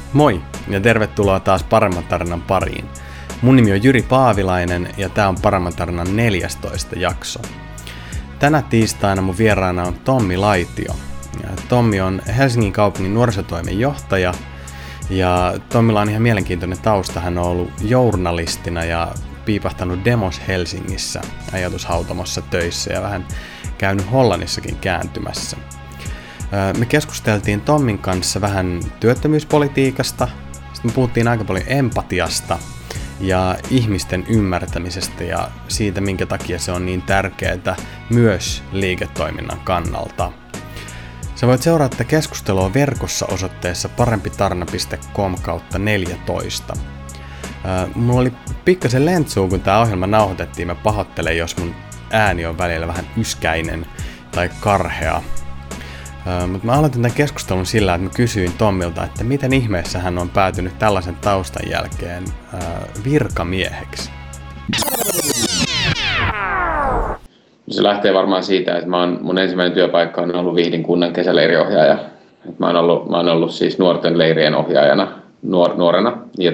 Moi ja tervetuloa taas Paremman tarinan pariin. Mun nimi on Jyri Paavilainen ja tää on Paremman tarinan 14. jakso. Tänä tiistaina mun vieraana on Tommi Laitio. Tommi on Helsingin kaupungin nuorisotoimen johtaja ja Tommilla on ihan mielenkiintoinen tausta. Hän on ollut journalistina ja piipahtanut Demos Helsingissä ajatushautomossa töissä ja vähän käynyt Hollannissakin kääntymässä. Me keskusteltiin Tommin kanssa vähän työttömyyspolitiikasta, sitten me puhuttiin aika paljon empatiasta ja ihmisten ymmärtämisestä ja siitä, minkä takia se on niin tärkeää myös liiketoiminnan kannalta. Sä voit seurata tätä keskustelua verkossa osoitteessa parempitarina.com/14. Mulla oli pikkasen lentsuu, kun tää ohjelma nauhoitettiin. Mä pahoittelen, jos mun ääni on välillä vähän yskäinen tai karhea. Mutta mä aloitin tämän keskustelun sillä, että mä kysyin Tommilta, että miten ihmeessä hän on päätynyt tällaisen taustan jälkeen virkamieheksi. Se lähtee varmaan siitä, että mun ensimmäinen työpaikka on ollut Vihdin kunnan kesäleiriohjaaja. Mä oon ollut siis nuorten leirien ohjaajana nuorena.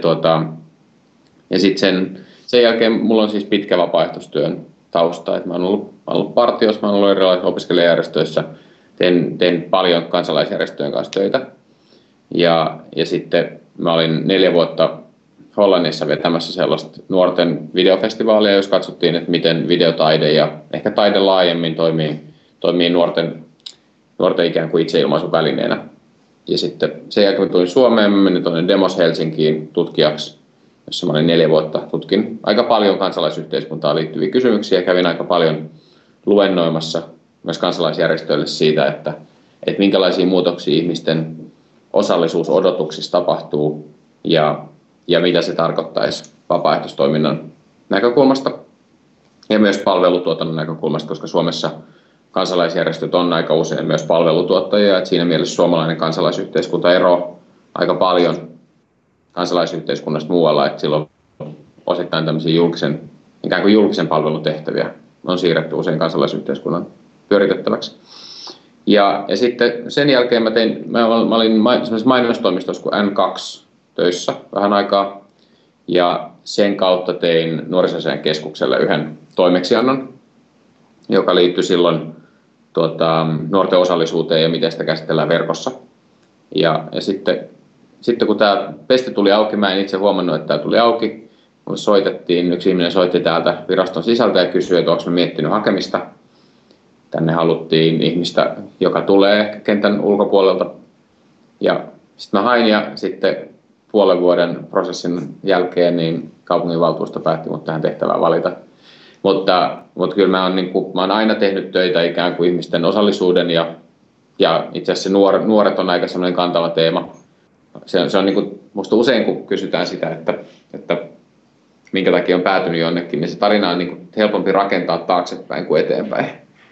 Ja sitten sen jälkeen mulla on siis pitkä vapaaehtoistyön tausta. Mä oon ollut partiossa, mä oon ollut erilaisissa opiskelijajärjestöissä. Tein paljon kansalaisjärjestöjen kanssa töitä. Ja sitten mä olin 4 vuotta Hollannissa vetämässä sellaista nuorten videofestivaalia, jos katsottiin, että miten videotaide ja ehkä taide laajemmin toimii nuorten ikään kuin itseilmaisuvälineenä. Ja sitten sen jälkeen tulin Suomeen, mä menin tuonne Demos Helsinkiin tutkijaksi, jossa mä olin 4 vuotta. Tutkin aika paljon kansalaisyhteiskuntaan liittyviä kysymyksiä ja kävin aika paljon luennoimassa myös kansalaisjärjestöille siitä, että minkälaisia muutoksia ihmisten osallisuusodotuksissa tapahtuu ja mitä se tarkoittaisi vapaaehtoistoiminnan näkökulmasta ja myös palvelutuotannon näkökulmasta, koska Suomessa kansalaisjärjestöt on aika usein myös palvelutuottajia, että siinä mielessä suomalainen kansalaisyhteiskunta eroaa aika paljon kansalaisyhteiskunnasta muualla, että silloin osittain tämmöisiä ikään kuin julkisen palvelun tehtäviä on siirretty usein kansalaisyhteiskunnan pyöritettäväksi. Ja sitten sen jälkeen mä olin semmoisessa mainostoimistossa kuin N2 töissä vähän aikaa, ja sen kautta tein Nuorisoasiain keskukselle yhden toimeksiannon, joka liittyi silloin nuorten osallisuuteen ja miten sitä käsitellään verkossa. Ja sitten kun tämä pesti tuli auki, mä en itse huomannut, että tämä tuli auki. Mulle soitettiin, yksi ihminen soitti täältä viraston sisältä ja kysyi, että onko mä miettinyt hakemista. Tänne haluttiin ihmistä, joka tulee kentän ulkopuolelta. Ja sitten mä hain ja sitten puolen vuoden prosessin jälkeen niin kaupunginvaltuusto päätti mut tähän tehtävään valita. Mutta kyllä mä oon aina tehnyt töitä ikään kuin ihmisten osallisuuden ja itse asiassa nuoret on aika semmoinen kantava teema. Se on musta usein kun kysytään sitä, että minkä takia on päätynyt jonnekin, niin se tarina on helpompi rakentaa taaksepäin kuin eteenpäin.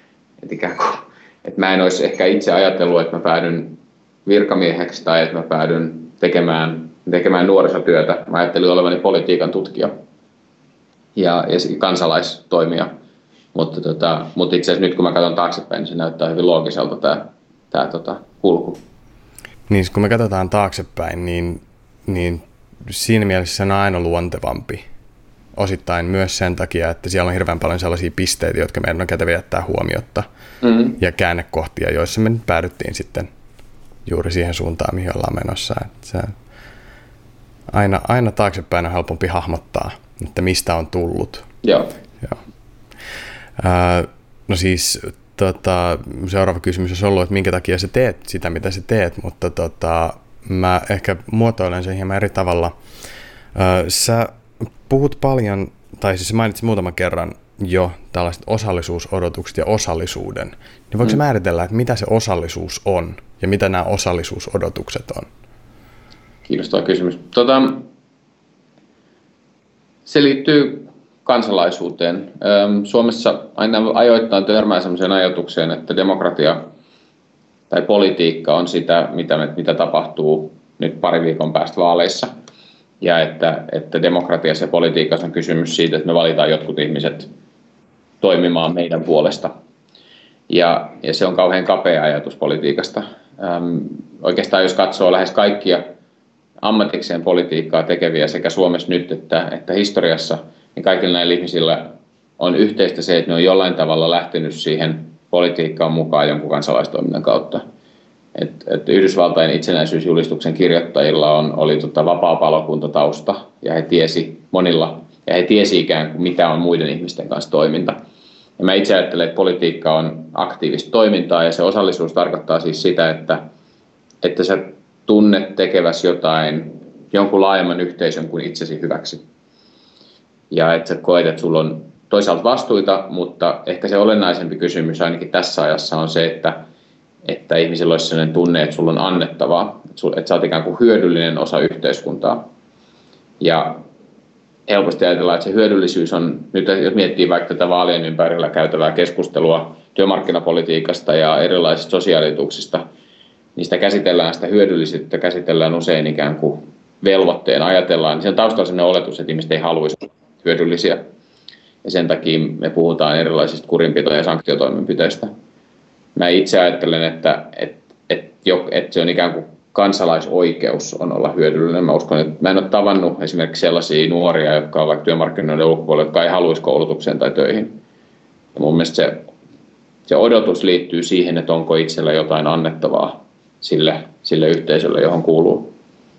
Että mä en olisi ehkä itse ajatellut, että mä päädyn virkamieheksi tai että mä päädyn tekemään nuorisotyötä. Mä ajattelin olevani politiikan tutkija ja kansalaistoimija. Mutta itse asiassa nyt kun mä katson taaksepäin, niin se näyttää hyvin loogiselta tämä kulku. Niin, kun me katsotaan taaksepäin, niin siinä mielessä se on aina luontevampi. Osittain myös sen takia, että siellä on hirveän paljon sellaisia pisteitä, jotka meidän on kätevä jättää huomiotta ja käännekohtia, joissa me nyt päädyttiin sitten juuri siihen suuntaan, mihin ollaan menossa. Aina taaksepäin on helpompi hahmottaa, että mistä on tullut. Joo. No siis seuraava kysymys olisi ollut, että minkä takia sä teet sitä, mitä sä teet, mutta mä ehkä muotoilen sen hieman eri tavalla. Sä puhut paljon, tai siis mainitsit muutaman kerran jo tällaiset osallisuusodotukset ja osallisuuden. Niin voiko sä määritellä, että mitä se osallisuus on ja mitä nämä osallisuusodotukset on? Kiinnostava kysymys. Se liittyy kansalaisuuteen. Suomessa aina ajoittain törmää sellaiseen ajatukseen, että demokratia tai politiikka on sitä, mitä tapahtuu nyt pari viikon päästä vaaleissa. Ja että demokratiassa ja politiikassa on kysymys siitä, että me valitaan jotkut ihmiset toimimaan meidän puolesta. Ja se on kauhean kapea ajatus politiikasta. Oikeastaan jos katsoo lähes kaikkia ammatikseen politiikkaa tekeviä sekä Suomessa nyt että historiassa, niin kaikilla näillä ihmisillä on yhteistä se, että ne on jollain tavalla lähtenyt siihen politiikkaan mukaan jonkun kansalaistoiminnan kautta. Yhdysvaltain itsenäisyysjulistuksen kirjoittajilla oli vapaa-palokuntatausta ja he tiesi ikään kuin mitä on muiden ihmisten kanssa toiminta. Ja mä itse ajattelen, että politiikka on aktiivista toimintaa ja se osallisuus tarkoittaa siis sitä, että sä tunnet tekeväsi jonkun laajemman yhteisön kuin itsesi hyväksi. Ja että sä koet, että sulla on toisaalta vastuita, mutta ehkä se olennaisempi kysymys ainakin tässä ajassa on se, että ihmisillä olisi sellainen tunne, että sulla on annettavaa, että sä oot ikään kuin hyödyllinen osa yhteiskuntaa. Ja helposti ajatellaan, että se hyödyllisyys on, nyt jos miettii vaikka tätä vaalien ympärillä käytävää keskustelua työmarkkinapolitiikasta ja erilaisista sosiaalituksista, niin sitä hyödyllisyyttä käsitellään usein ikään kuin velvoitteena ajatellaan. Niin sen taustalla sellainen oletus, että ihmiset ei haluaisi olla hyödyllisiä. Ja sen takia me puhutaan erilaisista kurinpito- ja sanktiotoimenpiteistä. Mä itse ajattelen, että se on ikään kuin kansalaisoikeus on olla hyödyllinen. Mä uskon, että mä en ole tavannut esimerkiksi sellaisia nuoria, jotka ovat vaikka työmarkkinoiden ulkopuolella, jotka ei haluaisi koulutukseen tai töihin. Ja mun mielestä se odotus liittyy siihen, että onko itsellä jotain annettavaa sille yhteisölle, johon kuuluu.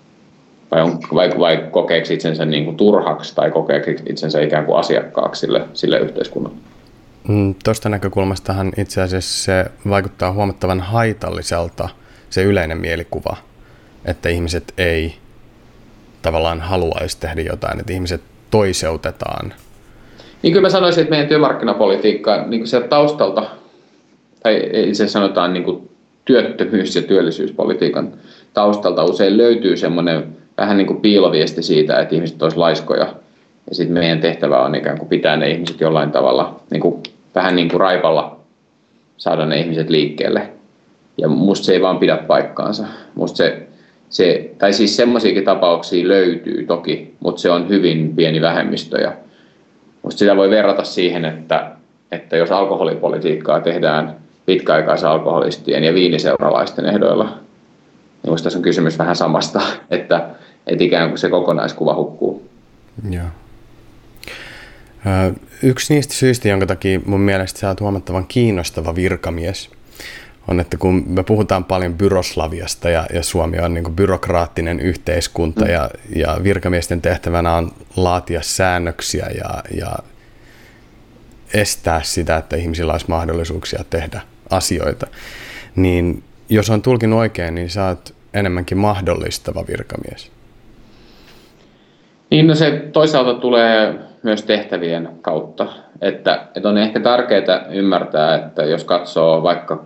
Vai kokeeksi itsensä niin kuin turhaksi tai kokeeksi itsensä ikään kuin asiakkaaksi sille yhteiskunnalle. Tuosta näkökulmastahan itse asiassa se vaikuttaa huomattavan haitalliselta se yleinen mielikuva, että ihmiset ei tavallaan haluaisi tehdä jotain, että ihmiset toiseutetaan. Niin kyllä mä sanoisin, että meidän työmarkkinapolitiikka niin sieltä taustalta, tai itse sanotaan niin kuin työttömyys- ja työllisyyspolitiikan taustalta usein löytyy semmoinen vähän niin kuin piiloviesti siitä, että ihmiset olisivat laiskoja. Ja sitten meidän tehtävä on ikään kuin pitää ne ihmiset jollain tavalla, niin kuin, vähän niin kuin raipalla saada ne ihmiset liikkeelle. Ja musta se ei vaan pidä paikkaansa. Musta tai siis semmoisiakin tapauksia löytyy toki, mutta se on hyvin pieni vähemmistö. Ja musta sitä voi verrata siihen, että jos alkoholipolitiikkaa tehdään pitkäaikaisen alkoholistien ja viiniseuralaisten ehdoilla, niin musta tässä on kysymys vähän samasta, että ikään kuin se kokonaiskuva hukkuu. Joo. Yksi niistä syistä, jonka takia mun mielestä sä oot huomattavan kiinnostava virkamies, on, että kun me puhutaan paljon Byroslaviasta ja Suomi on niin kuin byrokraattinen yhteiskunta ja virkamiesten tehtävänä on laatia säännöksiä ja estää sitä, että ihmisillä olisi mahdollisuuksia tehdä asioita, niin jos on tulkinut oikein, niin sä oot enemmänkin mahdollistava virkamies. Niin, no se toisaalta tulee myös tehtävien kautta, että on ehkä tärkeää ymmärtää, että jos katsoo vaikka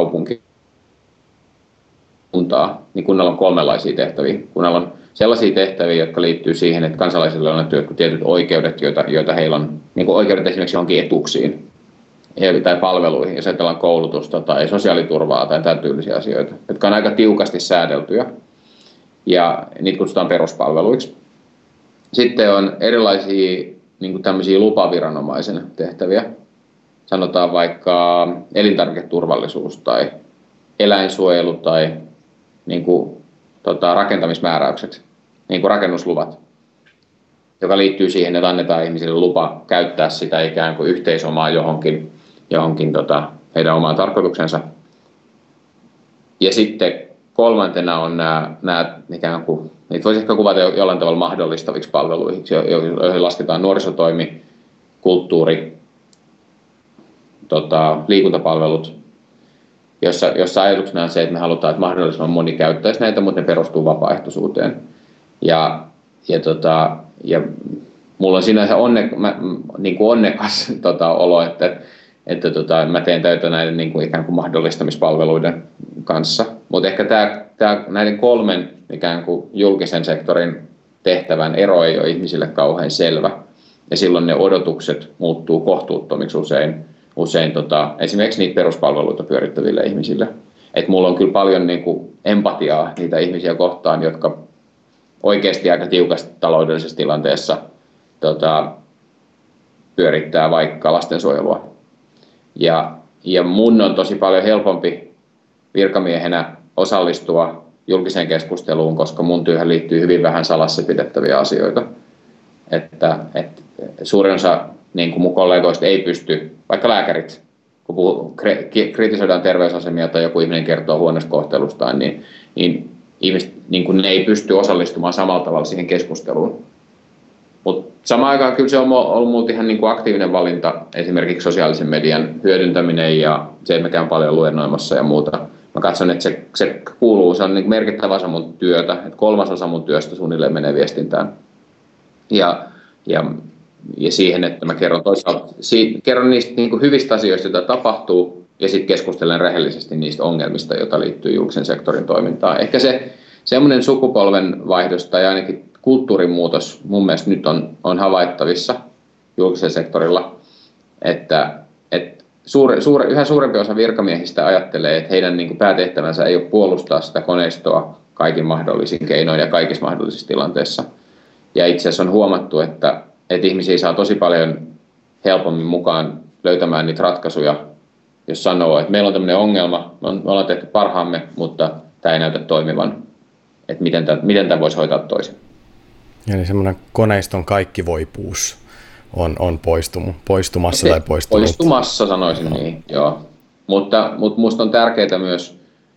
kuntaa, niin kunnalla on kolmenlaisia tehtäviä. Kunnalla on sellaisia tehtäviä, jotka liittyy siihen, että kansalaisille on annettu jotkut tietyt oikeudet, joita heillä on, niin kuin oikeudet esimerkiksi johonkin etuuksiin tai palveluihin, jos ajatellaan koulutusta tai sosiaaliturvaa tai tämän tyylisiä asioita, jotka on aika tiukasti säädeltyjä ja niitä kutsutaan peruspalveluiksi. Sitten on erilaisia niin kuin tämmöisiä lupaviranomaisen tehtäviä, sanotaan vaikka elintarviketurvallisuus tai eläinsuojelu tai niin kuin, rakentamismääräykset, niin kuin rakennusluvat, joka liittyy siihen, että annetaan ihmisille lupa käyttää sitä ikään kuin yhteisomaa johonkin heidän omaan tarkoituksensa. Ja sitten kolmantena on nämä ikään kuin, niitä voisi ehkä kuvata jollain tavalla mahdollistaviksi palveluiksi, joihin lasketaan nuorisotoimi, kulttuuri, liikuntapalvelut, jossa ajatuksena on se, että me halutaan, että mahdollisimman moni käyttäisi näitä, mutta ne perustuu vapaaehtoisuuteen. Ja mulla on sinänsä niin kuin onnekas olo, että mä teen töitä näiden niin kuin ikään kuin mahdollistamispalveluiden kanssa. Mutta ehkä näiden kolmen ikään kuin julkisen sektorin tehtävän ero ei ole ihmisille kauhean selvä. Ja silloin ne odotukset muuttuu kohtuuttomiksi usein esimerkiksi niitä peruspalveluita pyörittäville ihmisille. Et mulla on kyllä paljon niin kuin empatiaa niitä ihmisiä kohtaan, jotka oikeasti aika tiukasti taloudellisessa tilanteessa pyörittää vaikka lastensuojelua. Ja mun on tosi paljon helpompi virkamiehenä osallistua julkiseen keskusteluun, koska mun työhön liittyy hyvin vähän salassa pidettäviä asioita. Että suurin osa niin kuin mun kollegoista ei pysty, vaikka lääkärit, kun kritisoidaan terveysasemia tai joku ihminen kertoo huonosta kohtelustaan, niin ihmiset niin kuin ne ei pysty osallistumaan samalla tavalla siihen keskusteluun. Mutta samaan aikaan kyllä se on ollut multa ihan niin kuin aktiivinen valinta, esimerkiksi sosiaalisen median hyödyntäminen ja se, että mä käyn paljon luennoimassa ja muuta. Mä katson, että se kuuluu, se on niin merkittävä osa mun työtä, että 3/3 mun työstä suunnilleen menee viestintään. Ja siihen, että mä kerron niistä niin kuin hyvistä asioista, joita tapahtuu, ja sitten keskustelen rehellisesti niistä ongelmista, joita liittyy julkisen sektorin toimintaan. Ehkä se semmoinen sukupolvenvaihdos tai ainakin kulttuurin muutos mun mielestä nyt on havaittavissa julkisella sektorilla, että yhä suurempi osa virkamiehistä ajattelee, että heidän niin kuin päätehtävänsä ei ole puolustaa sitä koneistoa kaikin mahdollisin keinoin ja kaikissa mahdollisissa tilanteissa. Ja itse asiassa on huomattu, että ihmisiä saa tosi paljon helpommin mukaan löytämään niitä ratkaisuja, jos sanoo, että meillä on tämmöinen ongelma, me ollaan tehty parhaamme, mutta tämä ei näytä toimivan, että miten tämä voisi hoitaa toisin. Eli semmoinen koneiston kaikkivoipuus on poistumassa tai poistunut. Poistumassa sanoisin niin, joo. Mutta musta on tärkeää myös,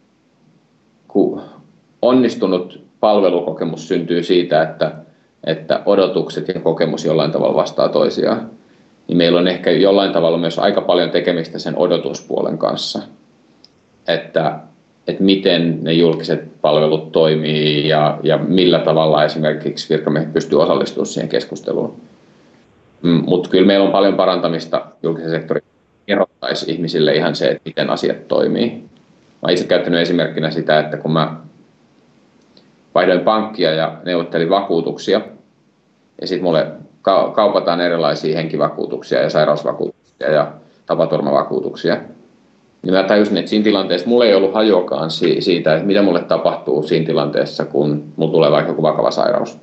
kun onnistunut palvelukokemus syntyy siitä, että odotukset ja kokemus jollain tavalla vastaa toisiaan, niin meillä on ehkä jollain tavalla myös aika paljon tekemistä sen odotuspuolen kanssa, että miten ne julkiset palvelut toimii ja millä tavalla esimerkiksi virkamiehet pystyy osallistumaan siihen keskusteluun. Mutta kyllä meillä on paljon parantamista julkisen sektorin, erottaisi ihmisille ihan se, että miten asiat toimii. Mä olen itse käyttänyt esimerkkinä sitä, että kun mä vaihdoin pankkia ja neuvottelin vakuutuksia, ja sitten mulle kaupataan erilaisia henkivakuutuksia ja sairausvakuutuksia ja tapaturmavakuutuksia, niin mä tajusin, että siinä tilanteessa mulla ei ollut hajuakaan siitä, että mitä mulle tapahtuu siinä tilanteessa, kun mulla tulee vaikka joku vakava sairaus.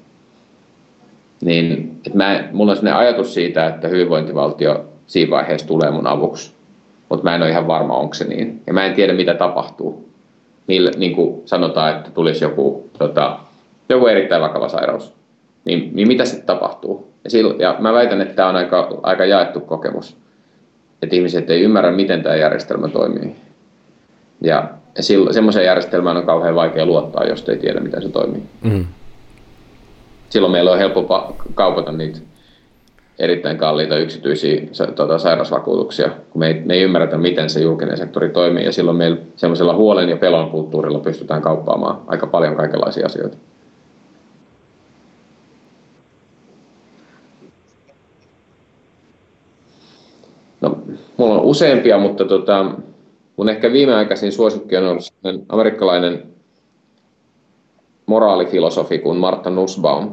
Niin, että mulla on sellainen ajatus siitä, että hyvinvointivaltio siinä vaiheessa tulee mun avuksi, mutta mä en ole ihan varma, onko se niin. Ja mä en tiedä, mitä tapahtuu. Niin kuin sanotaan, että tulisi joku erittäin vakava sairaus. Niin mitä sitten tapahtuu? Ja mä väitän, että tämä on aika jaettu kokemus. Että ihmiset ei ymmärrä, miten tämä järjestelmä toimii. Ja semmoiseen järjestelmään on kauhean vaikea luottaa, jos ei tiedä, miten se toimii. Mm. Silloin meillä on helppo kaupata niitä erittäin kalliita yksityisiä sairausvakuutuksia, kun me ei ymmärretä, miten se julkinen sektori toimii. Ja silloin meillä semmoisella huolen ja pelon kulttuurilla pystytään kauppaamaan aika paljon kaikenlaisia asioita. No, mulla on useampia, mutta mun ehkä viimeaikaisin suosikki on ollut amerikkalainen moraalifilosofi kuin Martha Nussbaum,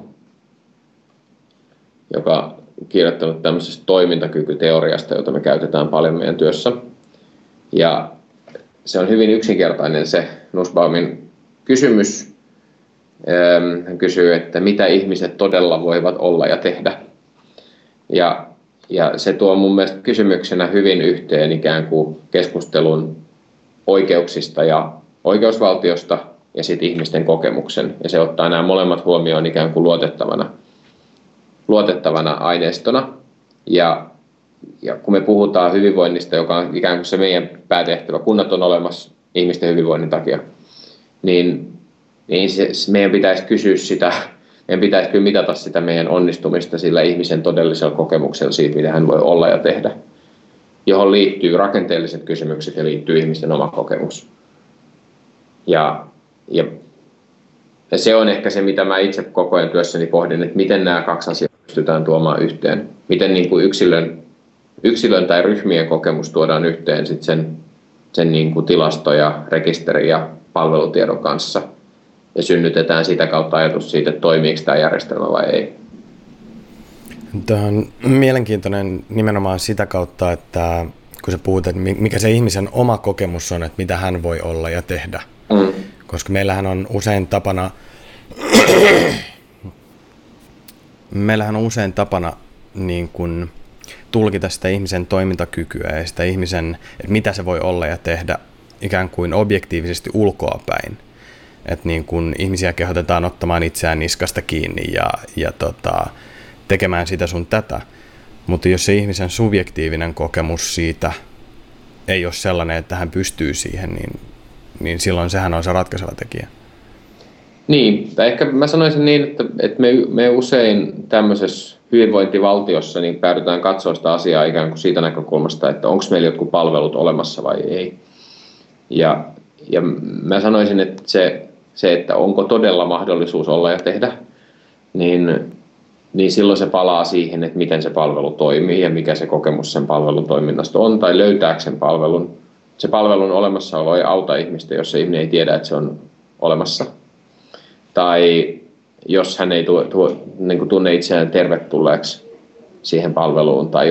joka on kirjoittanut tämmöisestä toimintakykyteoriasta, jota me käytetään paljon meidän työssä. Ja se on hyvin yksinkertainen se Nussbaumin kysymys. Hän kysyy, että mitä ihmiset todella voivat olla ja tehdä. Ja se tuo mun mielestä kysymyksenä hyvin yhteen ikään kuin keskustelun oikeuksista ja oikeusvaltiosta ja sitten ihmisten kokemuksen. Ja se ottaa nämä molemmat huomioon ikään kuin luotettavana aineistona. Ja kun me puhutaan hyvinvoinnista, joka on ikään kuin se meidän päätehtävä, kunnat on olemassa ihmisten hyvinvoinnin takia, niin meidän pitäisi kysyä sitä, meidän pitäisi kyllä mitata sitä meidän onnistumista sillä ihmisen todellisella kokemuksella siitä, mitä hän voi olla ja tehdä, johon liittyy rakenteelliset kysymykset ja liittyy ihmisten oma kokemus. Ja se on ehkä se, mitä mä itse koko ajan työssäni pohdin, että miten nämä kaksi asiaa pystytään tuomaan yhteen. Miten niin kuin yksilön tai ryhmien kokemus tuodaan yhteen sit sen niin kuin tilasto- ja rekisteri- ja palvelutiedon kanssa. Ja synnytetään sitä kautta ajatus siitä, että toimiiko tämä järjestelmä vai ei. Tämä on mielenkiintoinen nimenomaan sitä kautta, että kun sä puhut, että mikä se ihmisen oma kokemus on, että mitä hän voi olla ja tehdä. Mm. Koska meillähän on usein tapana niin kuin tulkita sitä ihmisen toimintakykyä ja sitä ihmisen, että mitä se voi olla ja tehdä ikään kuin objektiivisesti ulkoapäin. että niin kun ihmisiä kehotetaan ottamaan itseään niskasta kiinni ja tekemään sitä sun tätä. Mutta jos se ihmisen subjektiivinen kokemus siitä ei ole sellainen, että hän pystyy siihen, niin silloin sehän on se ratkaiseva tekijä. Niin, tai ehkä mä sanoisin niin, että me usein tämmöisessä hyvinvointivaltiossa niin päädytään katsoa sitä asiaa ikään kuin siitä näkökulmasta, että onko meillä jotkut palvelut olemassa vai ei. Ja mä sanoisin, että se, että onko todella mahdollisuus olla ja tehdä, niin silloin se palaa siihen, että miten se palvelu toimii ja mikä se kokemus sen palvelun toiminnasta on, tai löytääkö sen palvelun. Se palvelun olemassaolo ei auta ihmistä, jos se ihminen ei tiedä, että se on olemassa. Tai jos hän ei niin tunne itseään tervetulleeksi siihen palveluun, tai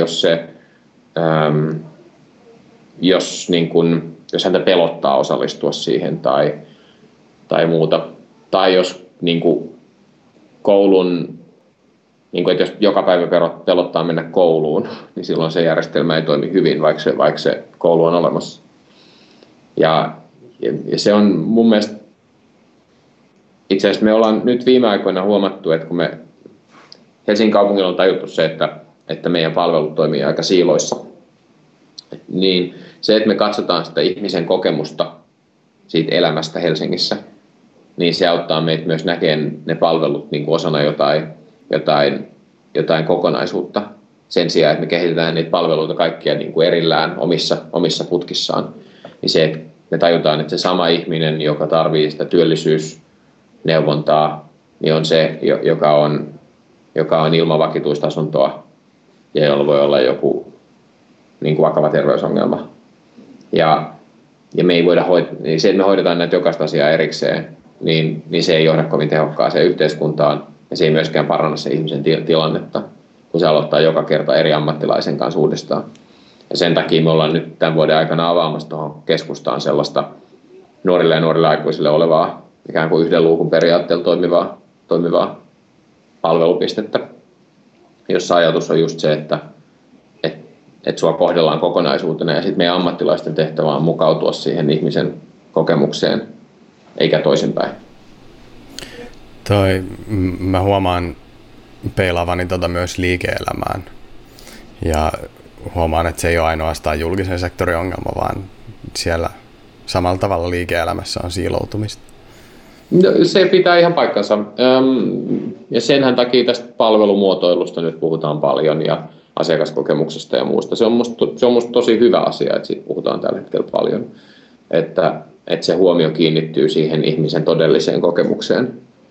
jos häntä pelottaa osallistua siihen tai muuta. Tai jos niin kuin koulun, niin kuin, että jos joka päivä pelottaa mennä kouluun, niin silloin se järjestelmä ei toimi hyvin, vaikka se koulu on olemassa. Ja se on mun mielestä, itse asiassa me ollaan nyt viime aikoina huomattu, että kun me Helsingin kaupungilla on tajuttu se, että meidän palvelut toimii aika siiloissa, niin se, että me katsotaan sitä ihmisen kokemusta siitä elämästä Helsingissä, niin se auttaa meitä myös näkemään ne palvelut niin kuin osana jotain kokonaisuutta. Sen sijaan, että me kehitetään niitä palveluita kaikkia niin kuin erillään omissa putkissaan, niin se, että me tajutaan, että se sama ihminen, joka tarvitsee sitä työllisyysneuvontaa, niin on se, joka on ilman vakituista asuntoa ja jolla voi olla joku niin kuin vakava terveysongelma. Ja me ei voida niin se, että me hoidetaan näitä jokaista asiaa erikseen, niin se ei johda kovin tehokkaaseen yhteiskuntaan ja se ei myöskään paranna se ihmisen tilannetta, kun se aloittaa joka kerta eri ammattilaisen kanssa uudestaan. Ja sen takia me ollaan nyt tämän vuoden aikana avaamassa tuohon keskustaan sellaista nuorille ja nuorille aikuisille olevaa ikään kuin yhden luukun periaatteella toimivaa palvelupistettä, jossa ajatus on just se, että sua kohdellaan kokonaisuutena ja sitten meidän ammattilaisten tehtävä on mukautua siihen ihmisen kokemukseen, eikä toisinpäin. Mä huomaan peilaavani myös liike-elämään ja huomaan, että se ei ole ainoastaan julkisen sektorin ongelma, vaan siellä samalla tavalla liike-elämässä on siiloutumista. No, se pitää ihan paikkansa. Ja senhän takia tästä palvelumuotoilusta nyt puhutaan paljon ja asiakaskokemuksesta ja muusta. Se on musta tosi hyvä asia, että siitä puhutaan tällä hetkellä paljon. Että se huomio kiinnittyy siihen ihmisen todelliseen kokemukseen.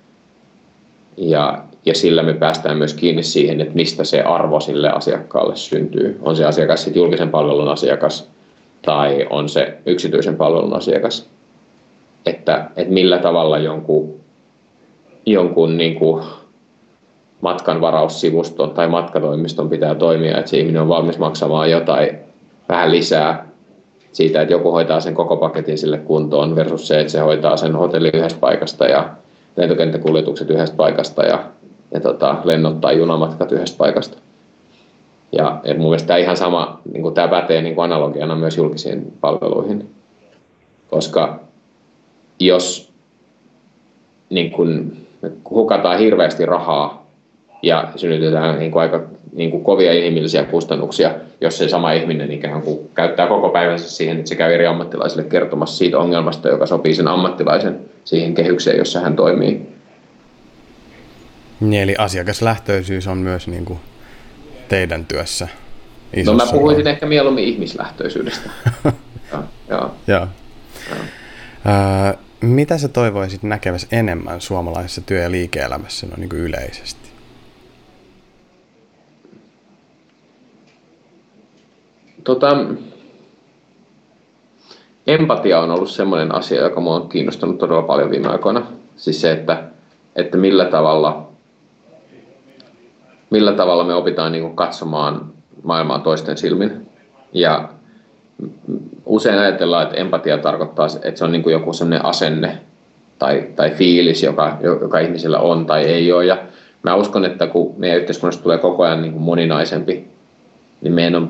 Ja sillä me päästään myös kiinni siihen, että mistä se arvo sille asiakkaalle syntyy. On se asiakas sitten julkisen palvelun asiakas tai on se yksityisen palvelun asiakas. Että millä tavalla jonkun niin kuin matkanvaraussivuston tai matkatoimiston pitää toimia, että se ihminen on valmis maksamaan jotain vähän lisää siitä, että joku hoitaa sen koko paketin sille kuntoon versus se, että se hoitaa sen hotellin yhdestä paikasta ja lentokenttäkuljetukset yhdestä paikasta ja lennot tai junamatkat yhdestä paikasta. Ja mun mielestä tämä ihan sama, niin kuin tämä pätee niin kuin analogiana myös julkisiin palveluihin, koska jos niin kuin hukataan hirveästi rahaa ja synnytetään niin kuin aika niin kuin kovia inhimillisiä kustannuksia, jos se sama ihminen ikään kuin käyttää koko päivänsä siihen, että se käy eri ammattilaisille kertomassa siitä ongelmasta, joka sopii sen ammattilaisen siihen kehykseen, jossa hän toimii. Niin, eli asiakaslähtöisyys on myös niin kuin teidän työssä isossa. No mä puhuisin ehkä mieluummin ihmislähtöisyydestä. Joo. Mitä sä toivoisit näkeväsi enemmän suomalaisessa työ- ja liike-elämässä niin kuin yleisesti? Empatia on ollut sellainen asia, joka minua on kiinnostanut todella paljon viime aikoina. Siis se, että millä tavalla me opitaan niin kuin katsomaan maailmaa toisten silmin. Ja usein ajatellaan, että empatia tarkoittaa, että se on niin kuin joku sellainen asenne tai fiilis, joka ihmisellä on tai ei ole. Ja mä uskon, että kun meidän yhteiskunnasta tulee koko ajan niin kuin moninaisempi, niin meidän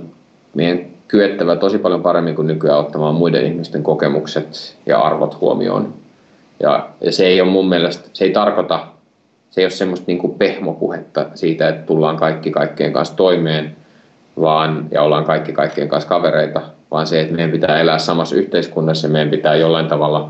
kyettävä tosi paljon paremmin kuin nykyään ottamaan muiden ihmisten kokemukset ja arvot huomioon. Ja se ei ole mun mielestä, se ei ole semmoista niin kuin pehmopuhetta siitä, että tullaan kaikki kaikkien kanssa toimeen, ja ollaan kaikki kaikkien kanssa kavereita, vaan se, että meidän pitää elää samassa yhteiskunnassa ja meidän pitää jollain tavalla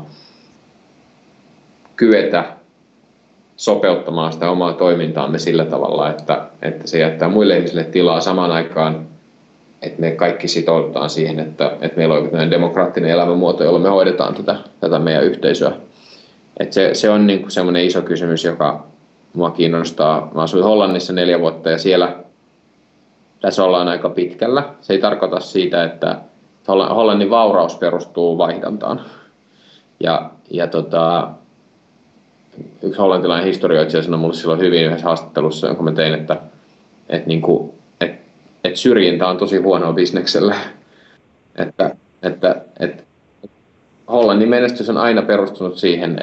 kyetä sopeuttamaan sitä omaa toimintaamme sillä tavalla, että se jättää muille ihmisille tilaa samaan aikaan, että me kaikki sitoudutaan siihen, että meillä on joku demokraattinen elämänmuoto, jolla me hoidetaan tätä meidän yhteisöä. Että se on niin kuin semmoinen iso kysymys, joka mua kiinnostaa. Mä asuin Hollannissa 4 vuotta ja tässä ollaan aika pitkällä. Se ei tarkoita siitä, että Hollannin vauraus perustuu vaihdontaan. Yksi hollantilainen historioitsija sanoi mulle silloin hyvin yhdessä haastattelussa, jonka mä tein, että syrjintä on tosi huonoa bisnekselle. Että Hollannin menestys on aina perustunut siihen,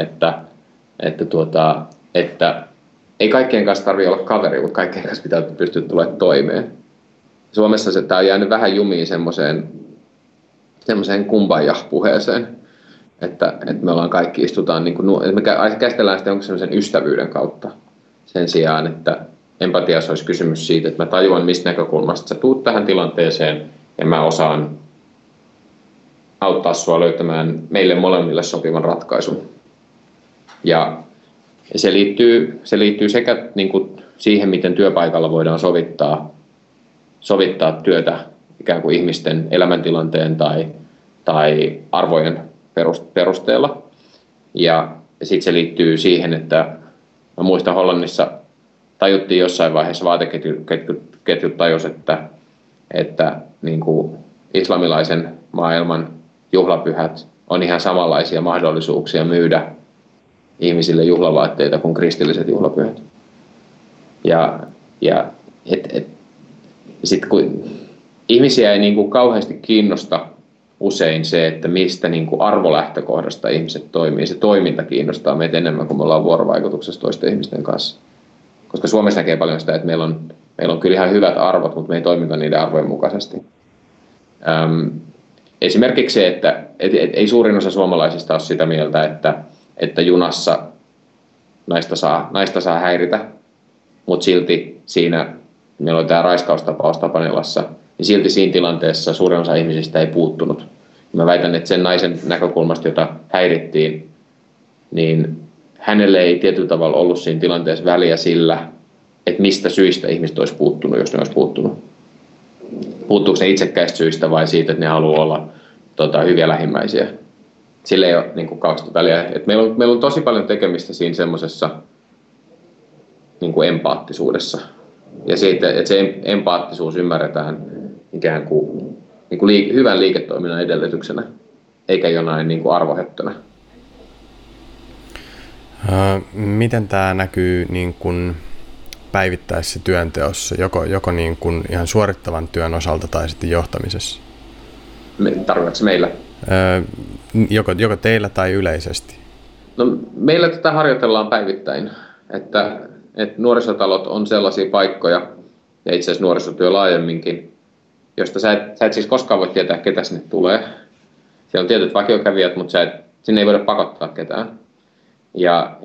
että ei kaikkien kanssa tarvitse olla kaveri, mutta kaikkien kanssa pitää pystyä tulemaan toimeen. Suomessa tämä on jäänyt vähän jumiin semmoiseen kumbaya-puheeseen, että me ollaan kaikki istutaan, että me käsitellään sitä jonkun semmoisen ystävyyden kautta sen sijaan, että empatiassa olisi kysymys siitä, että mä tajuan, mistä näkökulmasta sä tuut tähän tilanteeseen ja mä osaan auttaa sua löytämään meille molemmille sopivan ratkaisun. Ja se liittyy sekä niin kuin siihen, miten työpaikalla voidaan sovittaa työtä ikään kuin ihmisten elämäntilanteen tai arvojen perusteella. Ja sitten se liittyy siihen, että mä muistan Hollannissa tajuttiin jossain vaiheessa vaateketjut tajus, että niin kuin islamilaisen maailman juhlapyhät on ihan samanlaisia mahdollisuuksia myydä ihmisille juhlavaatteita kuin kristilliset juhlapyhät. Sitten kun ihmisiä ei niin kuin kauheasti kiinnosta usein se, että mistä niin kuin arvolähtökohdasta ihmiset toimii. Se toiminta kiinnostaa meitä enemmän kuin me ollaan vuorovaikutuksessa toisten ihmisten kanssa. Koska Suomessa näkee paljon sitä, että meillä on kyllä ihan hyvät arvot, mutta me ei toimita niiden arvojen mukaisesti. Esimerkiksi se, että ei suurin osa suomalaisista ole sitä mieltä, että junassa naista saa häiritä, mutta silti meillä oli tämä raiskaustapaus Tapanilassa, niin silti siinä tilanteessa suurin osa ihmisistä ei puuttunut. Mä väitän, että sen naisen näkökulmasta, jota häirittiin, niin hänelle ei tietyllä tavalla ollut siinä tilanteessa väliä sillä, että mistä syistä ihmiset olisi puuttunut, jos ne olisi puuttunut. Puuttuuko ne itsekkäistä syistä vai siitä, että ne haluaa olla hyviä lähimmäisiä. Sillä ei ole niin kauheasti väliä. Meillä on tosi paljon tekemistä siinä semmoisessa niin empaattisuudessa. Ja siitä, että se empaattisuus ymmärretään ikään kuin, hyvän liiketoiminnan edellytyksenä, eikä jonain niin arvohettona. Miten tämä näkyy niin kuin päivittäisessä työnteossa, joko niin kuin ihan suorittavan työn osalta tai sitten johtamisessa? Tarkoitatko meillä? Joko teillä tai yleisesti? No, meillä tätä harjoitellaan päivittäin, että nuorisotalot on sellaisia paikkoja, ja itse asiassa nuorisotyö laajemminkin, josta sä et siis koskaan voi tietää, ketä sinne tulee. Siellä on tietyt vakiokävijät, mutta sinne ei voida pakottaa ketään. Ja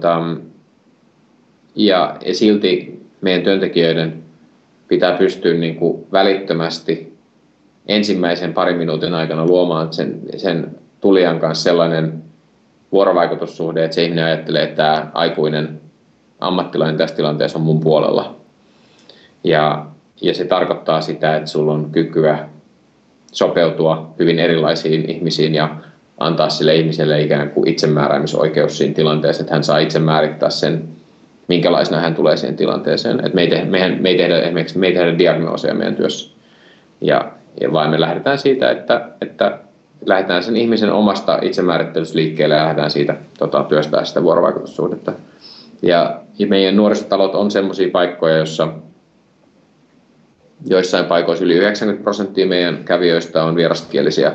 silti meidän työntekijöiden pitää pystyä niin kuin välittömästi ensimmäisen parin minuutin aikana luomaan sen tulijan kanssa sellainen vuorovaikutussuhde, että se ihminen ajattelee, että tämä aikuinen ammattilainen tässä tilanteessa on mun puolella. Ja se tarkoittaa sitä, että sulla on kykyä sopeutua hyvin erilaisiin ihmisiin ja antaa sille ihmiselle ikään kuin itsemääräämisoikeus siinä tilanteessa, että hän saa itse määrittää sen, minkälaisena hän tulee siihen tilanteeseen. Et me ei tehdä diagnooseja meidän työssä, vaan me lähdetään siitä, että lähdetään sen ihmisen omasta itsemäärittelystä liikkeelle ja lähdetään siitä työstää sitä vuorovaikutussuhdetta. Ja meidän nuorisotalot on sellaisia paikkoja, joissa joissain paikoissa yli 90% meidän kävijöistä on vieraskielisiä.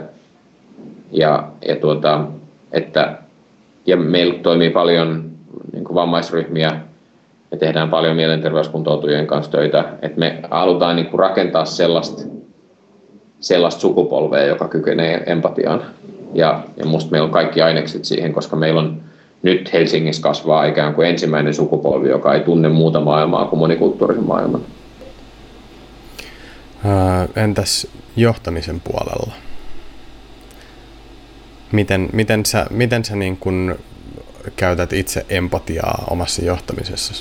Ja meillä toimii paljon niin kuin vammaisryhmiä, me tehdään paljon mielenterveyskuntoutujien kanssa töitä, että me halutaan niin kuin rakentaa sellaista sukupolvea, joka kykenee empatiaan. Ja musta meillä on kaikki ainekset siihen, koska meillä nyt Helsingissä kasvaa ikään kuin ensimmäinen sukupolvi, joka ei tunne muuta maailmaa kuin monikulttuurisen maailman. Entäs johtamisen puolella? Miten sä niin kun käytät itse empatiaa omassa johtamisessasi?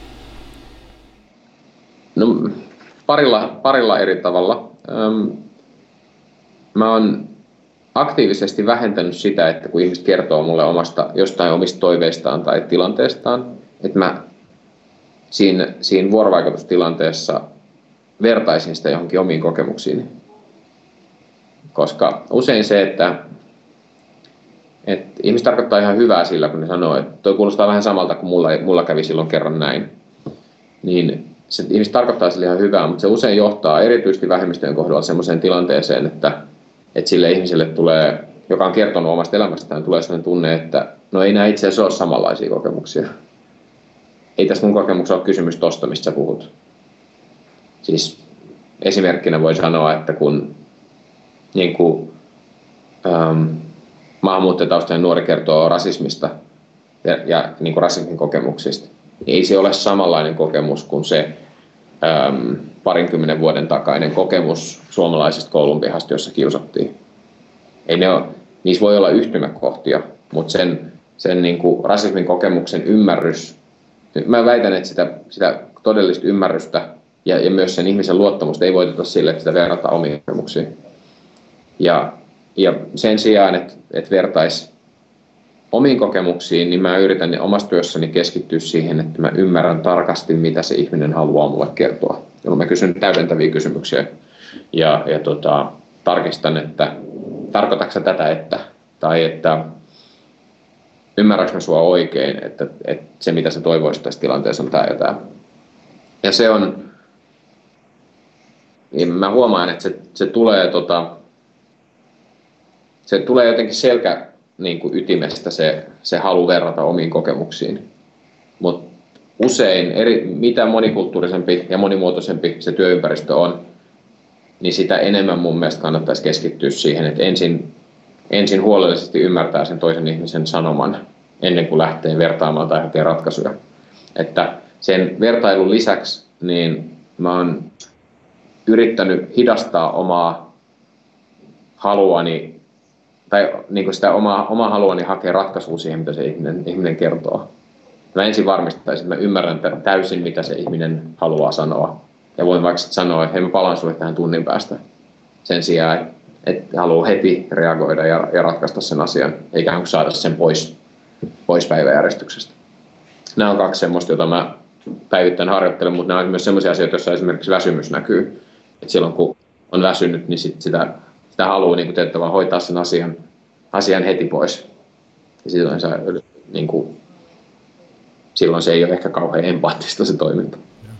No, parilla eri tavalla. Mä oon aktiivisesti vähentänyt sitä, että kun ihmiset kertoo mulle jostain omista toiveistaan tai tilanteestaan, että mä siinä vuorovaikutustilanteessa vertaisin sitä johonkin omiin kokemuksiini. Koska usein se, että ihmiset tarkoittaa ihan hyvää sillä, kun ne sanoo, että toi kuulostaa vähän samalta kuin mulla kävi silloin kerran näin. Niin se ihmiset tarkoittaa sillä ihan hyvää, mutta se usein johtaa erityisesti vähemmistöjen kohdalla sellaiseen tilanteeseen, että sille ihmiselle tulee, joka on kertonut omasta elämästään, tulee sellainen tunne, että no ei nämä itse asiassa ole samanlaisia kokemuksia. Ei tässä mun kokemuksessa ole kysymys tosta, mistä sä puhut. Siis esimerkkinä voi sanoa, että kun maahanmuuttajataustainen nuori kertoo rasismista ja niin kuin rasismin kokemuksista, niin ei se ole samanlainen kokemus kuin se 20 vuoden takainen kokemus suomalaisesta koulunpihasta, jossa kiusattiin. Niissä voi olla yhtymäkohtia, mutta sen niin kuin rasismin kokemuksen ymmärrys, mä väitän, että sitä todellista ymmärrystä ja myös sen ihmisen luottamusta ei voiteta sille, että sitä verrataan omiin kokemuksiin. Ja sen sijaan, että vertaisi omiin kokemuksiin, niin mä yritän omassa työssäni keskittyä siihen, että mä ymmärrän tarkasti, mitä se ihminen haluaa mulle kertoa. Jolloin mä kysyn täydentäviä kysymyksiä ja tarkistan, että tarkoitatko sä tätä, tai että ymmärrätkö mä sua oikein, että se mitä sä toivoisit tässä tilanteessa on tämä ja tämä. Ja se on, niin mä huomaan, että se tulee jotenkin niin kuin ytimestä se halu verrata omiin kokemuksiin. Mutta usein, mitä monikulttuurisempi ja monimuotoisempi se työympäristö on, niin sitä enemmän mun mielestä kannattaisi keskittyä siihen, että ensin huolellisesti ymmärtää sen toisen ihmisen sanoman ennen kuin lähtee vertaamaan tai hakee ratkaisuja. Että sen vertailun lisäksi niin mä oon yrittänyt hidastaa omaa haluani tai niin kuin sitä omaa haluani hakea ratkaisua siihen, mitä se ihminen kertoo. Mä ensin varmistaisin, että mä ymmärrän täysin, mitä se ihminen haluaa sanoa. Ja voin vaikka sanoa, että hei, mä palaan sulle tähän tunnin päästä. Sen sijaan, että haluaa heti reagoida ja ratkaista sen asian, eikä hän saada sen pois päiväjärjestyksestä. Nämä on kaksi semmoista, joita mä päivittäin harjoittelen, mutta nämä on myös semmoisia asioita, joissa esimerkiksi väsymys näkyy. Et silloin kun on väsynyt, niin sitä haluaa niin kuin vaan hoitaa sen asian heti pois. Ja silloin se ei ole ehkä kauhean empaattista se toiminta.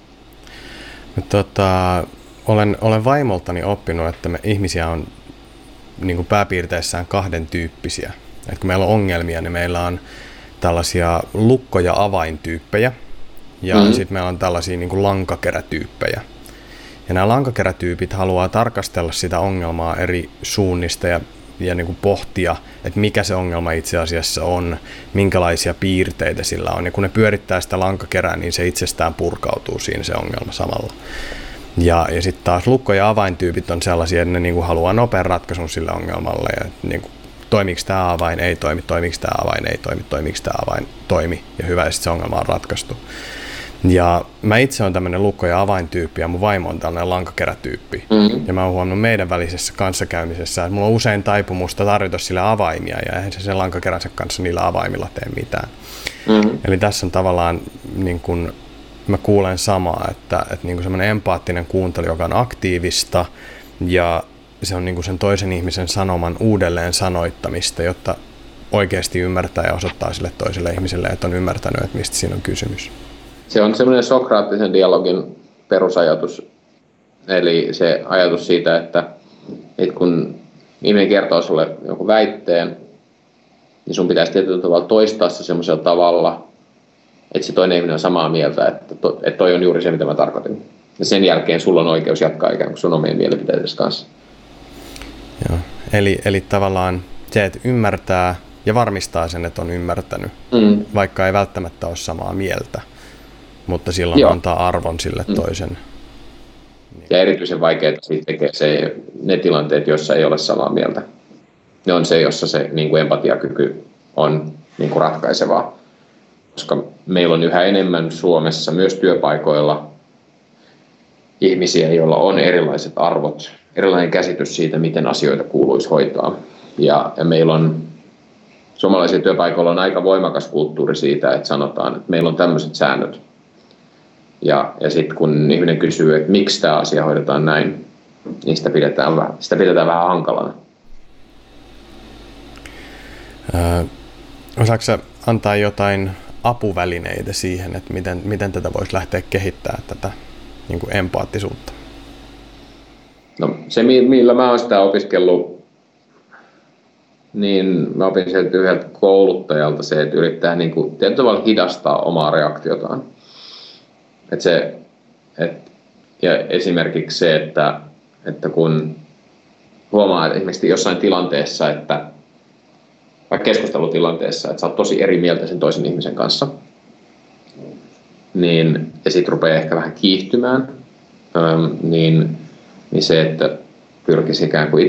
Olen vaimoltani oppinut, että me ihmisiä on niin kuin pääpiirteissään kahden tyyppisiä. Et kun meillä on ongelmia, niin meillä on tällaisia lukko- ja avaintyyppejä, ja sitten meillä on tällaisia niin kuin lankakerätyyppejä. Ja nämä lankakerätyypit haluaa tarkastella sitä ongelmaa eri suunnista ja niin kuin pohtia, että mikä se ongelma itse asiassa on, minkälaisia piirteitä sillä on. Ja kun ne pyörittää sitä lankakerää, niin se itsestään purkautuu siinä se ongelma samalla. Ja sitten taas lukko- ja avaintyypit on sellaisia, että ne niin kuin haluaa nopean ratkaisun sille ongelmalle. Ja niin kuin, toimiiko tämä avain, ei toimi, toimiiko tämä avain, ei toimi, toimiiko tämä avain, toimi. Ja hyvä, ja sitten se ongelma on ratkaistu. Ja mä itse olen tämmöinen lukko- ja avaintyyppi ja mun vaimo on tällainen lankakerätyyppi. Ja mä oon huomannut meidän välisessä kanssakäymisessä, että mulla on usein taipumusta tarjota sille avaimia ja eihän se sen lankakeränsä kanssa niillä avaimilla tee mitään. Eli tässä on tavallaan, niin kun mä kuulen samaa, että niin kun semmoinen empaattinen kuuntelu, joka on aktiivista ja se on niin kun sen toisen ihmisen sanoman uudelleen sanoittamista, jotta oikeasti ymmärtää ja osoittaa sille toiselle ihmiselle, että on ymmärtänyt, että mistä siinä on kysymys. Se on semmoinen sokraattisen dialogin perusajatus, eli se ajatus siitä, että kun ihminen kertoo sulle jonkun väitteen, niin sun pitäisi tietyllä tavalla toistaa se semmoisella tavalla, että se toinen ihminen on samaa mieltä, että toi on juuri se, mitä mä tarkoitin. Ja sen jälkeen sulla on oikeus jatkaa ikään kuin sun omien mielipiteidesi kanssa. Joo. Eli tavallaan se, että ymmärtää ja varmistaa sen, että on ymmärtänyt, vaikka ei välttämättä ole samaa mieltä, mutta silloin antaa arvon sille toisen. Ja erityisen vaikeaa siitä tekee ne tilanteet, joissa ei ole samaa mieltä. Ne on se, jossa se niin kuin empatiakyky on niin kuin ratkaisevaa. Koska meillä on yhä enemmän Suomessa myös työpaikoilla ihmisiä, joilla on erilaiset arvot, erilainen käsitys siitä, miten asioita kuuluisi hoitaa. Ja meillä on suomalaisilla työpaikoilla on aika voimakas kulttuuri siitä, että sanotaan, että meillä on tämmöiset säännöt. Ja sitten kun ihminen kysyy, että miksi tämä asia hoidetaan näin, niin sitä pidetään vähän hankalana. Osaatko sä antaa jotain apuvälineitä siihen, että miten tätä voisi lähteä kehittämään, tätä niin kuin empaattisuutta? No, se, millä mä oon sitä opiskellut, niin mä opin sieltä yhdeltä kouluttajalta se, että yrittää niin kuin tietyllä tavalla hidastaa omaa reaktiotaan. Ja esimerkiksi se, että kun huomaa että esimerkiksi jossain tilanteessa, että vaikka keskustelutilanteessa, että sä oot tosi eri mieltä sen toisen ihmisen kanssa, niin, ja sit rupeaa ehkä vähän kiihtymään, niin se, että pyrkisi ikään kuin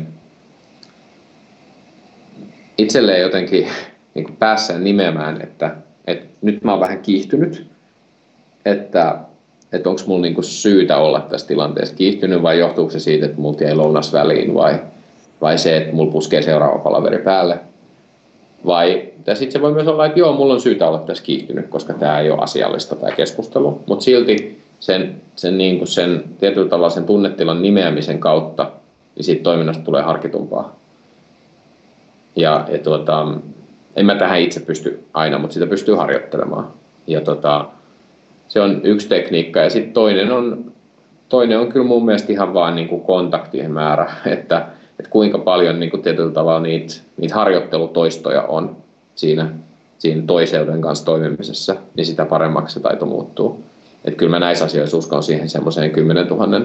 itselleen jotenkin niin kuin päässään nimeämään, että nyt mä oon vähän kiihtynyt, että onko mulla niin kuin syytä olla tässä tilanteessa kiihtynyt vai johtuuko se siitä, että multa jäi lounas väliin vai se, että mulla puskee seuraava palaveri päälle. Ja sitten se voi myös olla, että joo, mulla on syytä olla tässä kiihtynyt, koska tämä ei ole asiallista tämä keskustelu. Mutta silti sen tietyllä tavalla sen tunnetilan nimeämisen kautta, niin siitä toiminnasta tulee harkitumpaa. En mä tähän itse pysty aina, mutta sitä pystyy harjoittelemaan. Ja se on yksi tekniikka. Ja sitten toinen on kyllä mun mielestä ihan vaan niin kuin kontaktien määrä, että kuinka paljon niin kuin tietyllä tavalla niitä harjoittelutoistoja on siinä toiseuden kanssa toimimisessa, niin sitä paremmaksi se taito muuttuu. Että kyllä mä näissä asioissa uskon siihen semmoiseen 10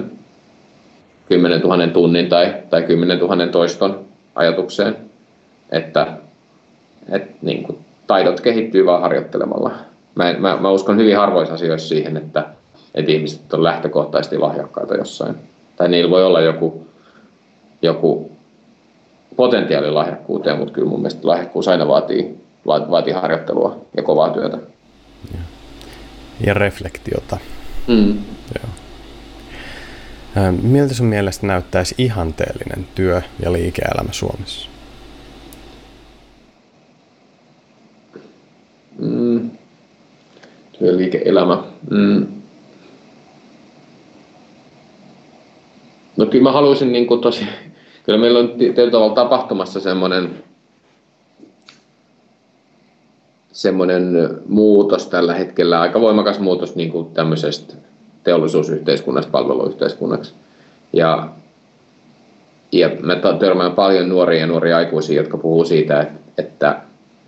000 tunnin tai 10 000 toiston ajatukseen, että niin kuin taidot kehittyy vaan harjoittelemalla. Mä uskon hyvin harvoissa asioissa siihen, että ihmiset on lähtökohtaisesti lahjakkaita jossain. Tai niillä voi olla joku potentiaali lahjakkuuteen, mutta kyllä mun mielestä lahjakkuus aina vaatii harjoittelua ja kovaa työtä. Ja reflektiota. Joo. Miltä sun mielestä näyttäisi ihanteellinen työ- ja liike-elämä Suomessa? Työ- ja liike-elämä. No kyllä mä haluaisin niin kuin kyllä meillä on tietyllä tavalla tapahtumassa semmoinen muutos tällä hetkellä, aika voimakas muutos niin kuin tämmöisestä teollisuusyhteiskunnasta palveluyhteiskunnaksi. Ja mä törmään paljon nuoria aikuisia, jotka puhuu siitä, että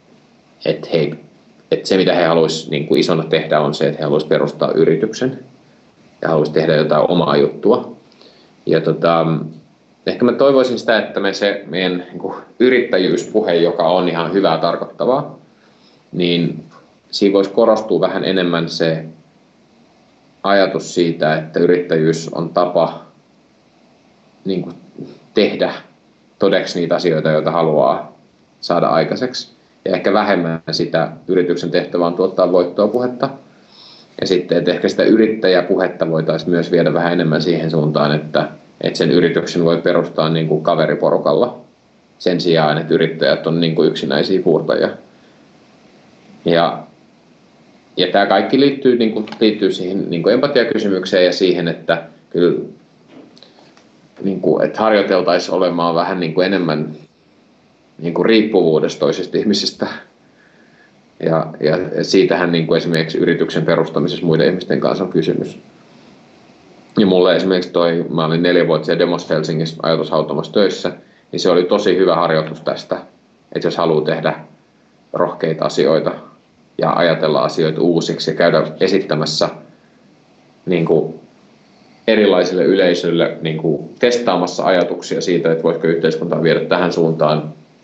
se mitä he haluaisivat niin kuin isona tehdä on se, että he haluaisivat perustaa yrityksen ja haluaisivat tehdä jotain omaa juttua. Ja ehkä mä toivoisin sitä, että meidän niin kuin yrittäjyyspuhe, joka on ihan hyvää tarkoittavaa, niin siinä voisi korostua vähän enemmän se ajatus siitä, että yrittäjyys on tapa niin kuin tehdä todeksi niitä asioita, joita haluaa saada aikaiseksi. Ja ehkä vähemmän sitä yrityksen tehtävää on tuottaa voittoa puhetta. Ja sitten, että ehkä sitä yrittäjäpuhetta voitaisiin myös viedä vähän enemmän siihen suuntaan, että sen yrityksen voi perustaa niin kuin kaveriporukalla sen sijaan, että yrittäjät on niin kuin yksinäisiä puurtajia. Ja tämä kaikki liittyy siihen niin kuin empatiakysymykseen ja siihen, että kyllä niin kuin, että harjoiteltaisiin olemaan vähän niin kuin enemmän niin kuin riippuvuudessa toisista ihmisistä. Ja siitähän niin kuin esimerkiksi yrityksen perustamisessa muiden ihmisten kanssa on kysymys. Ja mulle esimerkiksi mä olin 4 vuotta siellä Demos Helsingissä ajatushautomassa töissä, niin se oli tosi hyvä harjoitus tästä, että jos haluaa tehdä rohkeita asioita ja ajatella asioita uusiksi ja käydä esittämässä niin kuin erilaisille yleisöille niin kuin testaamassa ajatuksia siitä, että voisiko yhteiskuntaa viedä tähän suuntaan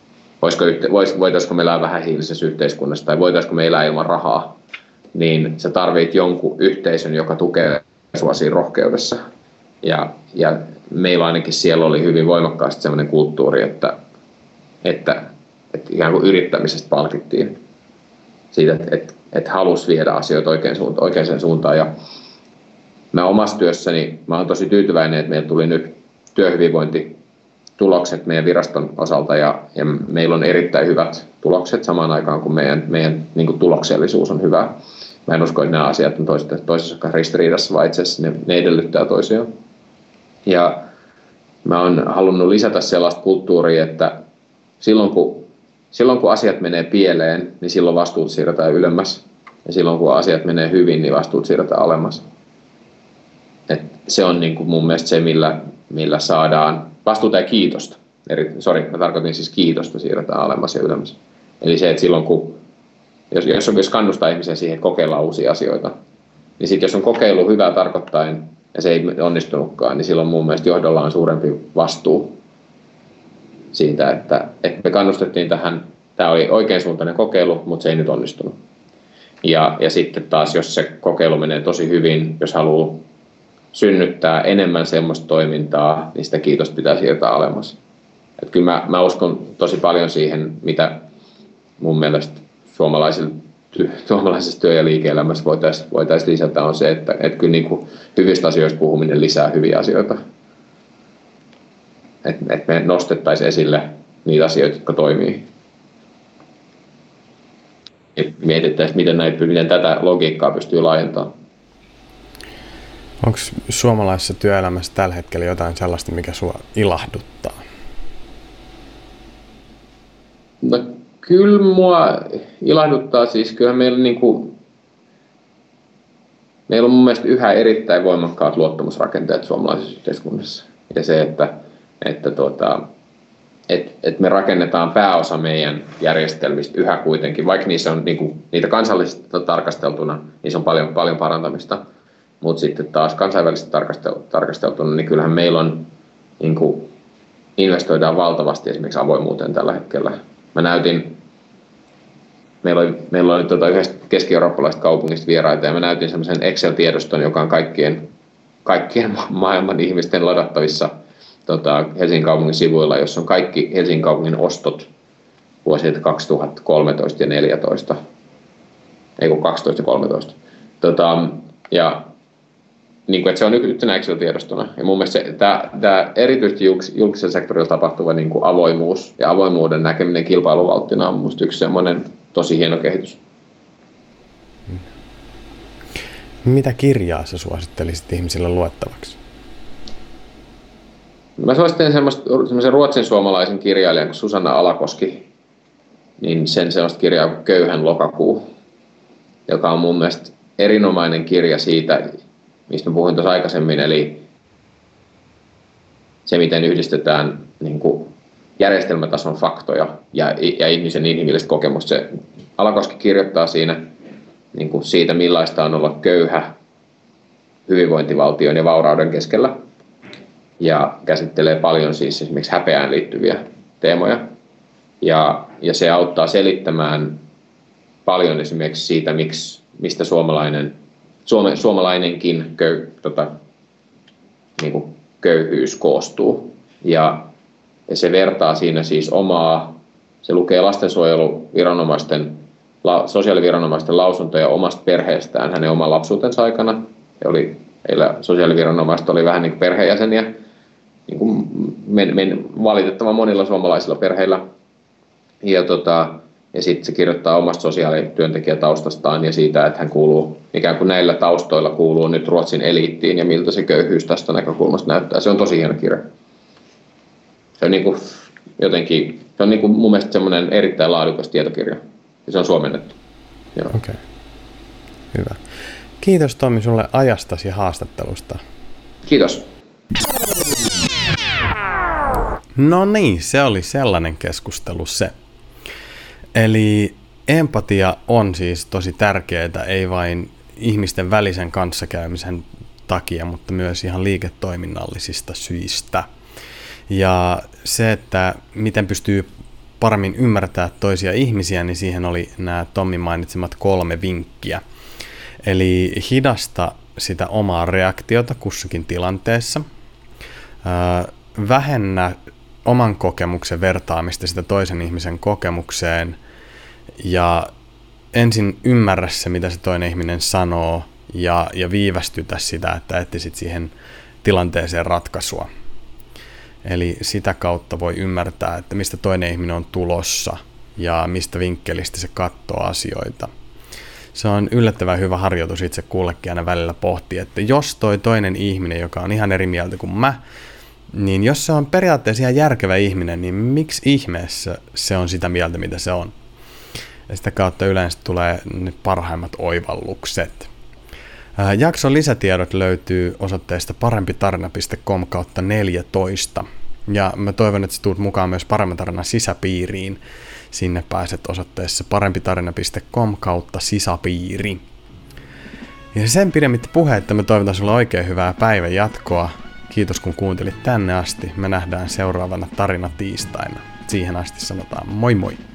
voitaisiko me elää vähähiilisessä yhteiskunnassa tai voitaisiko me elää ilman rahaa, niin sä tarvit jonkun yhteisön, joka tukee sua siinä rohkeudessa. Ja meillä ainakin siellä oli hyvin voimakkaasti sellainen kulttuuri, että ikään kuin yrittämisestä palkittiin siitä, että halusi viedä asioita oikeaan suuntaan. Ja mä omassa työssäni, mä olen tosi tyytyväinen, että meillä tuli nyt työhyvinvointitulokset meidän viraston osalta ja meillä on erittäin hyvät tulokset samaan aikaan, kun meidän niin kuin tuloksellisuus on hyvä. Mä en usko, että nämä asiat on toisessa ristiriidassa, vaan itse asiassa ne edellyttää toisiaan. Ja mä oon halunnut lisätä sellaista kulttuuria, että silloin kun asiat menee pieleen, niin silloin vastuut siirretään ylemmäs. Ja silloin kun asiat menee hyvin, niin vastuut siirretään alemmas. Et se on niin kuin mun mielestä se, millä saadaan vastuuta ja kiitosta. Mä tarkoitin siis kiitosta siirretään alemmas ja ylemmäs. Eli se, että silloin kun jos kannustaa ihmisiä siihen, että kokeillaan uusia asioita, niin sitten jos on kokeilu hyvää tarkoittaen ja se ei onnistunutkaan, niin silloin mun mielestä johdolla on suurempi vastuu siitä, että me kannustettiin tähän, tämä oli oikeansuuntainen kokeilu, mutta se ei nyt onnistunut. Ja sitten taas, jos se kokeilu menee tosi hyvin, jos haluaa synnyttää enemmän semmoista toimintaa, niin sitä kiitosta pitää siirtää alemmas. Et kyllä mä uskon tosi paljon siihen, mitä mun mielestä suomalaisessa työ- ja liike-elämässä voitaisiin lisätä, on se, että kyllä niin kuin hyvistä asioista puhuminen lisää hyviä asioita. Että me nostettaisiin esille niitä asioita, jotka toimii. Ja mietittäisiin, miten tätä logiikkaa pystyy laajentamaan. Onko suomalaisessa työelämässä tällä hetkellä jotain sellaista, mikä sua ilahduttaa? No, kyllä mua ilahduttaa, siis kyllähän meillä on mun mielestä yhä erittäin voimakkaat luottamusrakenteet suomalaisessa yhteiskunnassa. Ja se, että me rakennetaan pääosa meidän järjestelmistä yhä kuitenkin, vaikka niissä on niitä kansallisesti tarkasteltuna, niissä on paljon parantamista. Mutta sitten taas kansainvälisesti tarkasteltuna, niin kyllähän meillä on, investoidaan valtavasti esimerkiksi avoimuuteen tällä hetkellä. Meillä oli yhdestä keski-eurooppalaisesta kaupungista vieraita ja mä näytin semmoisen Excel-tiedoston, joka on kaikkien maailman ihmisten ladattavissa Helsingin kaupungin sivuilla, jossa on kaikki Helsingin kaupungin ostot vuosilta 2013 ja 2014. Ei kun 12 ja 13. Että se on yhtenä Excel-tiedostona. Ja mun mielestä tämä erityisesti julkisella sektorilla tapahtuva avoimuus ja avoimuuden näkeminen kilpailuvalttina on minusta yksi semmoinen tosi hieno kehitys. Mitä kirjaa sä suosittelisit ihmisille luettavaksi? Mä suosittelen semmoisen ruotsin-suomalaisen kirjailijan kuin Susanna Alakoski, niin sen sellaista kirjaa kuin Köyhän lokakuu, joka on mun mielestä erinomainen kirja siitä, mistä mä puhuin tuossa aikaisemmin, eli se, miten yhdistetään järjestelmätason faktoja ja ihmisen inhimillistä kokemusta. Se Alakoski kirjoittaa siinä siitä, millaista on olla köyhä hyvinvointivaltion ja vaurauden keskellä, ja käsittelee paljon siis esimerkiksi häpeään liittyviä teemoja, ja se auttaa selittämään paljon esimerkiksi siitä, mistä suomalainenkin köyhyys koostuu. Ja se vertaa siinä siis se lukee sosiaaliviranomaisten lausuntoja omasta perheestään hänen oman lapsuutensa aikana. Heillä sosiaaliviranomaiset oli vähän niin kuin perheenjäseniä, niin kuin valitettavan monilla suomalaisilla perheillä. Ja sitten se kirjoittaa omasta sosiaalityöntekijätaustastaan ja siitä, että hän kuuluu, ikään kuin näillä taustoilla kuuluu nyt Ruotsin eliittiin ja miltä se köyhyys tästä näkökulmasta näyttää. Se on tosi hieno kirja. Se on mun mielestä semmoinen erittäin laadukas tietokirja ja se on suomennettu. Okei. Hyvä. Kiitos Tommi sulle ajastasi ja haastattelusta. Kiitos. No niin, se oli sellainen keskustelu se. Eli empatia on siis tosi tärkeää, ei vain ihmisten välisen kanssakäymisen takia, mutta myös ihan liiketoiminnallisista syistä. Ja se, että miten pystyy paremmin ymmärtää toisia ihmisiä, niin siihen oli nämä Tommin mainitsemat 3 vinkkiä. Eli hidasta sitä omaa reaktiota kussakin tilanteessa. Vähennä oman kokemuksen vertaamista sitä toisen ihmisen kokemukseen ja ensin ymmärrä se, mitä se toinen ihminen sanoo ja viivästytä sitä, että etsisit siihen tilanteeseen ratkaisua. Eli sitä kautta voi ymmärtää, että mistä toinen ihminen on tulossa ja mistä vinkkelistä se katsoo asioita. Se on yllättävän hyvä harjoitus itse kullekin aina välillä pohtia, että jos toi toinen ihminen, joka on ihan eri mieltä kuin mä, niin jos se on periaatteessa ihan järkevä ihminen, niin miksi ihmeessä se on sitä mieltä, mitä se on? Ja sitä kautta yleensä tulee ne parhaimmat oivallukset. Jakson lisätiedot löytyy osoitteesta parempitarina.com/14. Ja mä toivon, että sä tuut mukaan myös Paremman tarinan sisäpiiriin. Sinne pääset osoitteessa parempitarina.com/sisäpiiri. Ja sen pidemmittä puheitta mä toivotan sulle oikein hyvää päivän jatkoa. Kiitos kun kuuntelit tänne asti. Me nähdään seuraavana Tarina tiistaina. Siihen asti sanotaan moi moi!